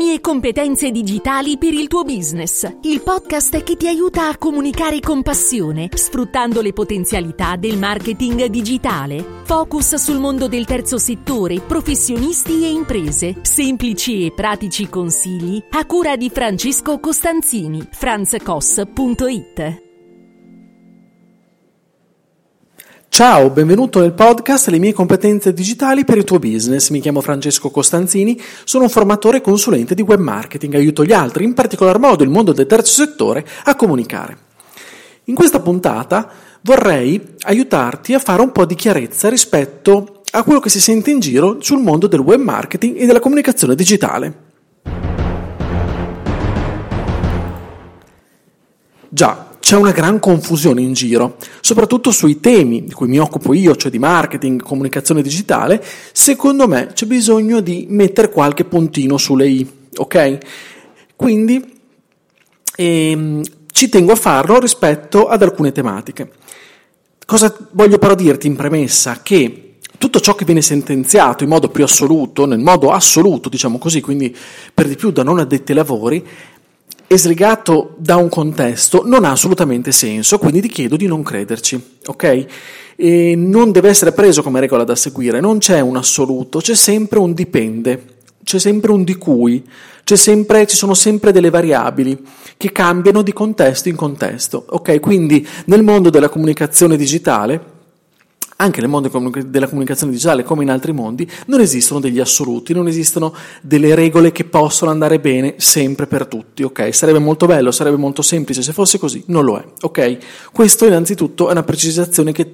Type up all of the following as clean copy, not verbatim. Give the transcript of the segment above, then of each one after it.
mie competenze digitali per il tuo business. Il podcast che ti aiuta a comunicare con passione, sfruttando le potenzialità del marketing digitale. Focus sul mondo del terzo settore, professionisti e imprese. Semplici e pratici consigli a cura di Francesco Costanzini, franzcos.it. Ciao, benvenuto nel podcast Le mie competenze digitali per il tuo business. Mi chiamo Francesco Costanzini, sono un formatore e consulente di web marketing, aiuto gli altri, in particolar modo il mondo del terzo settore, a comunicare. In questa puntata vorrei aiutarti a fare un po' di chiarezza rispetto a quello che si sente in giro sul mondo del web marketing e della comunicazione digitale. Già, c'è una gran confusione in giro, soprattutto sui temi di cui mi occupo io, cioè di marketing, comunicazione digitale. Secondo me c'è bisogno di mettere qualche puntino sulle i, ok? Quindi ci tengo a farlo rispetto ad alcune tematiche. Cosa voglio però dirti in premessa? Che tutto ciò che viene sentenziato in modo più assoluto, nel modo assoluto, diciamo così, quindi per di più da non addetti ai lavori, e slegato da un contesto, non ha assolutamente senso, quindi ti chiedo di non crederci, ok? E non deve essere preso come regola da seguire, non c'è un assoluto, c'è sempre un dipende, c'è sempre un di cui, ci sono sempre delle variabili che cambiano di contesto in contesto, ok? Quindi nel mondo della comunicazione digitale, anche nel mondo della comunicazione digitale come in altri mondi, non esistono degli assoluti, non esistono delle regole che possono andare bene sempre per tutti, ok? Sarebbe molto bello, sarebbe molto semplice se fosse così, non lo è, ok? Questo innanzitutto è una precisazione che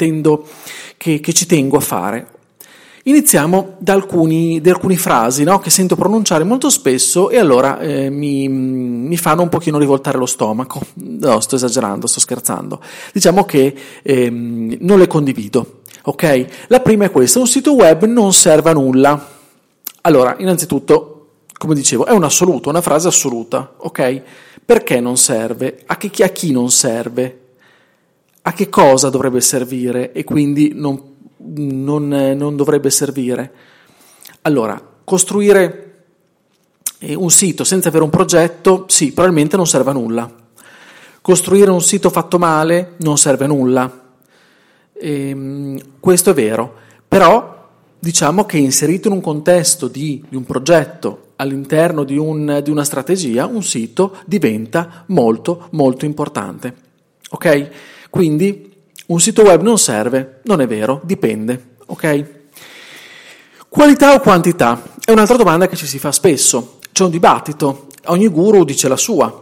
ci tengo a fare. Iniziamo da alcune frasi, no? Che sento pronunciare molto spesso e allora mi fanno un pochino rivoltare lo stomaco. No, sto esagerando, sto scherzando. Diciamo che non le condivido. Ok? La prima è questa: un sito web non serve a nulla. Allora, innanzitutto, come dicevo, è un assoluto, una frase assoluta, ok? Perché non serve? A chi non serve? A che cosa dovrebbe servire e quindi non dovrebbe servire? Allora, costruire un sito senza avere un progetto, sì, probabilmente non serve a nulla. Costruire un sito fatto male non serve a nulla. Questo è vero, però diciamo che inserito in un contesto di un progetto, all'interno di una strategia, un sito diventa molto molto importante, ok? Quindi un sito web non serve, non è vero, dipende, ok? Qualità o quantità? È un'altra domanda che ci si fa spesso, c'è un dibattito, ogni guru dice la sua.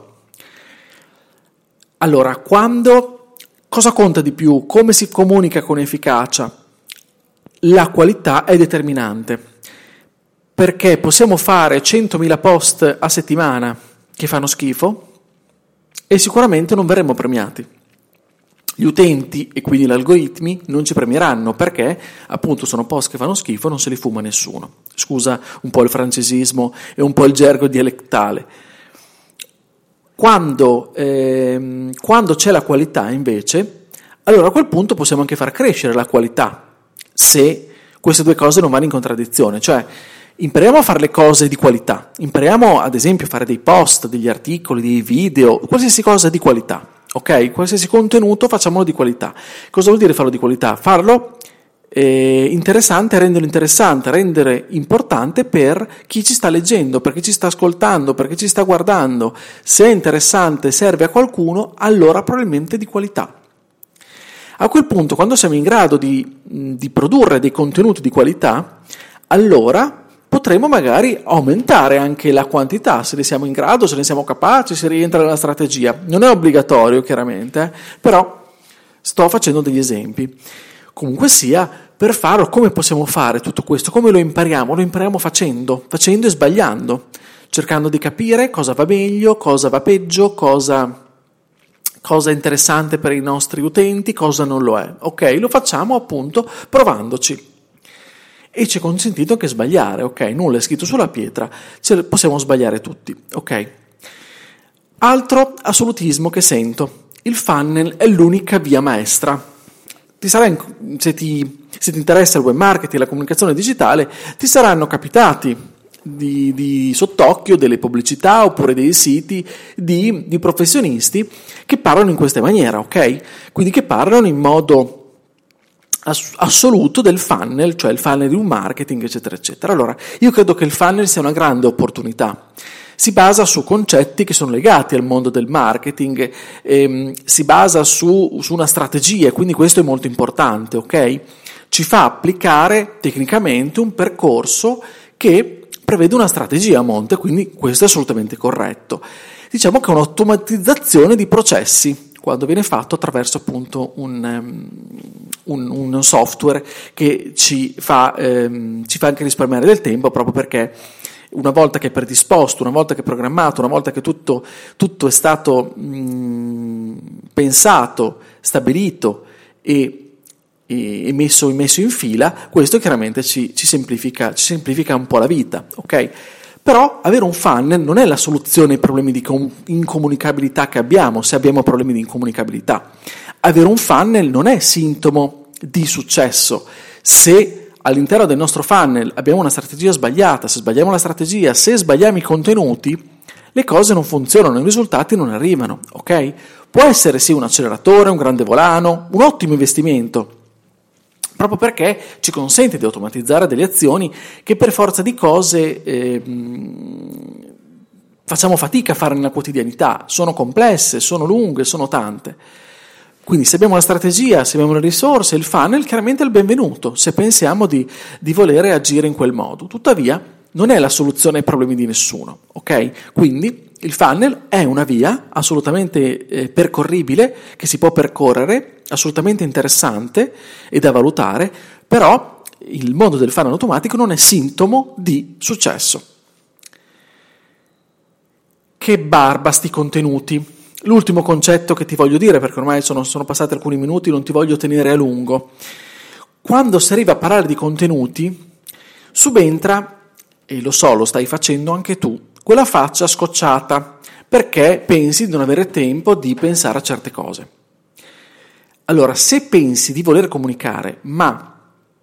Allora, cosa conta di più? Come si comunica con efficacia? La qualità è determinante, perché possiamo fare 100.000 post a settimana che fanno schifo e sicuramente non verremo premiati. Gli utenti e quindi gli algoritmi non ci premieranno perché appunto sono post che fanno schifo e non se li fuma nessuno. Scusa un po' il francesismo e un po' il gergo dialettale. Quando c'è la qualità invece, allora a quel punto possiamo anche far crescere la qualità, se queste due cose non vanno in contraddizione, cioè impariamo a fare le cose di qualità, impariamo ad esempio a fare dei post, degli articoli, dei video, qualsiasi cosa di qualità, ok? Qualsiasi contenuto facciamolo di qualità. Cosa vuol dire farlo di qualità? Farlo interessante, rendere importante per chi ci sta leggendo, per chi ci sta ascoltando, per chi ci sta guardando. Se è interessante, serve a qualcuno, allora probabilmente di qualità. A quel punto, quando siamo in grado di produrre dei contenuti di qualità, allora potremo magari aumentare anche la quantità, se ne siamo in grado, se ne siamo capaci, se rientra nella strategia. Non è obbligatorio, chiaramente, però sto facendo degli esempi. Comunque sia, per farlo, come possiamo fare tutto questo? Come lo impariamo? Lo impariamo facendo e sbagliando, cercando di capire cosa va meglio, cosa va peggio, cosa è interessante per i nostri utenti, cosa non lo è. Ok, lo facciamo appunto provandoci. E ci è consentito anche sbagliare, ok? Nulla è scritto sulla pietra, possiamo sbagliare tutti, ok? Altro assolutismo che sento: il funnel è l'unica via maestra. Se ti interessa il web marketing e la comunicazione digitale, ti saranno capitati di sott'occhio delle pubblicità oppure dei siti di professionisti che parlano in questa maniera, ok? Quindi che parlano in modo assoluto del funnel, cioè il funnel di un marketing, eccetera, eccetera. Allora, io credo che il funnel sia una grande opportunità. Si basa su concetti che sono legati al mondo del marketing, si basa su una strategia, quindi questo è molto importante, ok? Ci fa applicare tecnicamente un percorso che prevede una strategia a monte, quindi questo è assolutamente corretto. Diciamo che è un'automatizzazione di processi, quando viene fatto attraverso appunto un software che ci fa anche risparmiare del tempo, proprio perché una volta che è predisposto, una volta che è programmato, una volta che tutto è stato pensato, stabilito e messo in fila, questo chiaramente ci semplifica un po' la vita, ok? Però avere un funnel non è la soluzione ai problemi di incomunicabilità che abbiamo, se abbiamo problemi di incomunicabilità. Avere un funnel non è sintomo di successo. Se all'interno del nostro funnel abbiamo una strategia sbagliata, se sbagliamo la strategia, se sbagliamo i contenuti, le cose non funzionano, i risultati non arrivano, ok? Può essere sì un acceleratore, un grande volano, un ottimo investimento, proprio perché ci consente di automatizzare delle azioni che per forza di cose facciamo fatica a fare nella quotidianità, sono complesse, sono lunghe, sono tante. Quindi se abbiamo la strategia, se abbiamo le risorse, il funnel chiaramente è il benvenuto, se pensiamo di volere agire in quel modo. Tuttavia non è la soluzione ai problemi di nessuno, ok? Quindi il funnel è una via assolutamente percorribile, che si può percorrere, assolutamente interessante e da valutare, però il mondo del funnel automatico non è sintomo di successo. Che barba sti contenuti! L'ultimo concetto che ti voglio dire, perché ormai sono passati alcuni minuti, non ti voglio tenere a lungo. Quando si arriva a parlare di contenuti, subentra, e lo so, lo stai facendo anche tu, quella faccia scocciata, perché pensi di non avere tempo di pensare a certe cose. Allora, se pensi di voler comunicare, ma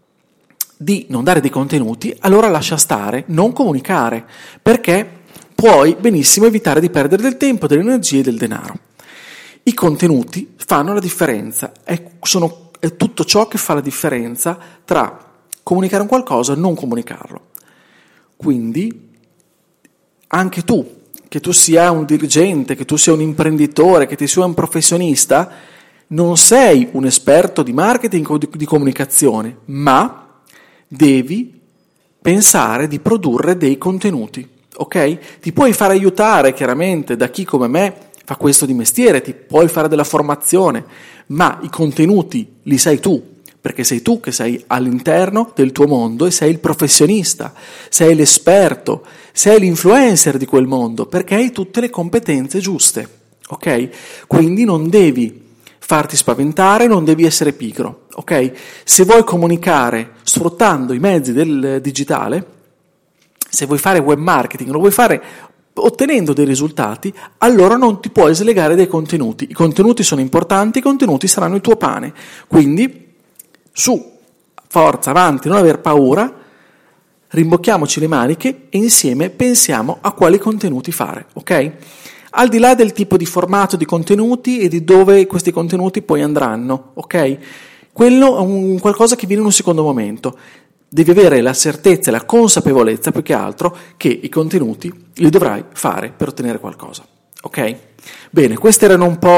di non dare dei contenuti, allora lascia stare, non comunicare, perché puoi benissimo evitare di perdere del tempo, delle energie e del denaro. I contenuti fanno la differenza, è tutto ciò che fa la differenza tra comunicare un qualcosa e non comunicarlo. Quindi anche tu, che tu sia un dirigente, che tu sia un imprenditore, che tu sia un professionista, non sei un esperto di marketing o di comunicazione, ma devi pensare di produrre dei contenuti, ok? Ti puoi fare aiutare chiaramente da chi come me fa questo di mestiere, ti puoi fare della formazione, ma i contenuti li sai tu, perché sei tu che sei all'interno del tuo mondo e sei il professionista, sei l'esperto, sei l'influencer di quel mondo, perché hai tutte le competenze giuste, ok? Quindi non devi farti spaventare, non devi essere pigro, ok? Se vuoi comunicare sfruttando i mezzi del digitale, se vuoi fare web marketing, lo vuoi fare ottenendo dei risultati, allora non ti puoi slegare dai contenuti. I contenuti sono importanti, i contenuti saranno il tuo pane. Quindi su, forza, avanti, non aver paura, rimbocchiamoci le maniche e insieme pensiamo a quali contenuti fare, ok? Al di là del tipo di formato di contenuti e di dove questi contenuti poi andranno, ok? Quello è un qualcosa che viene in un secondo momento. Devi avere la certezza e la consapevolezza, più che altro, che i contenuti li dovrai fare per ottenere qualcosa, ok? Bene, questo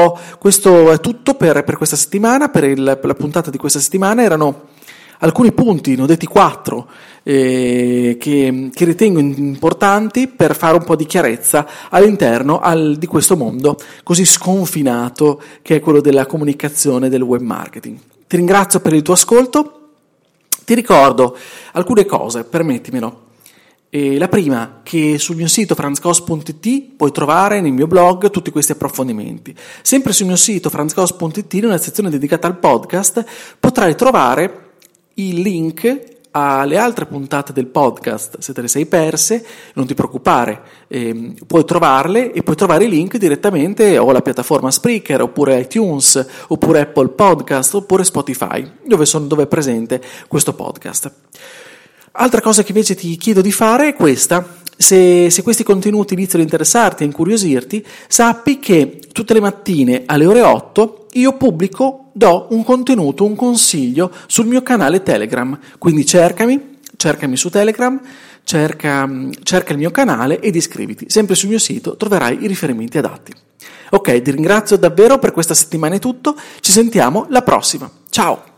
è tutto per questa settimana, per la puntata di questa settimana. Erano alcuni punti, ne ho detti 4, che ritengo importanti per fare un po' di chiarezza all'interno di questo mondo così sconfinato che è quello della comunicazione, del web marketing. Ti ringrazio per il tuo ascolto, ti ricordo alcune cose, permettimelo. La prima, che sul mio sito franzcos.it puoi trovare nel mio blog tutti questi approfondimenti. Sempre sul mio sito franzcos.it, in una sezione dedicata al podcast, potrai trovare il link alle altre puntate del podcast. Se te le sei perse, non ti preoccupare, puoi trovarle e puoi trovare i link direttamente o alla piattaforma Spreaker, oppure iTunes, oppure Apple Podcast, oppure Spotify, dove è presente questo podcast. Altra cosa che invece ti chiedo di fare è questa. Se questi contenuti iniziano a interessarti, a incuriosirti, sappi che tutte le mattine alle ore 8 io pubblico, do un contenuto, un consiglio sul mio canale Telegram. Quindi cercami su Telegram, cerca il mio canale ed iscriviti. Sempre sul mio sito troverai i riferimenti adatti. Ok, ti ringrazio davvero per questa settimana, è tutto. Ci sentiamo la prossima. Ciao!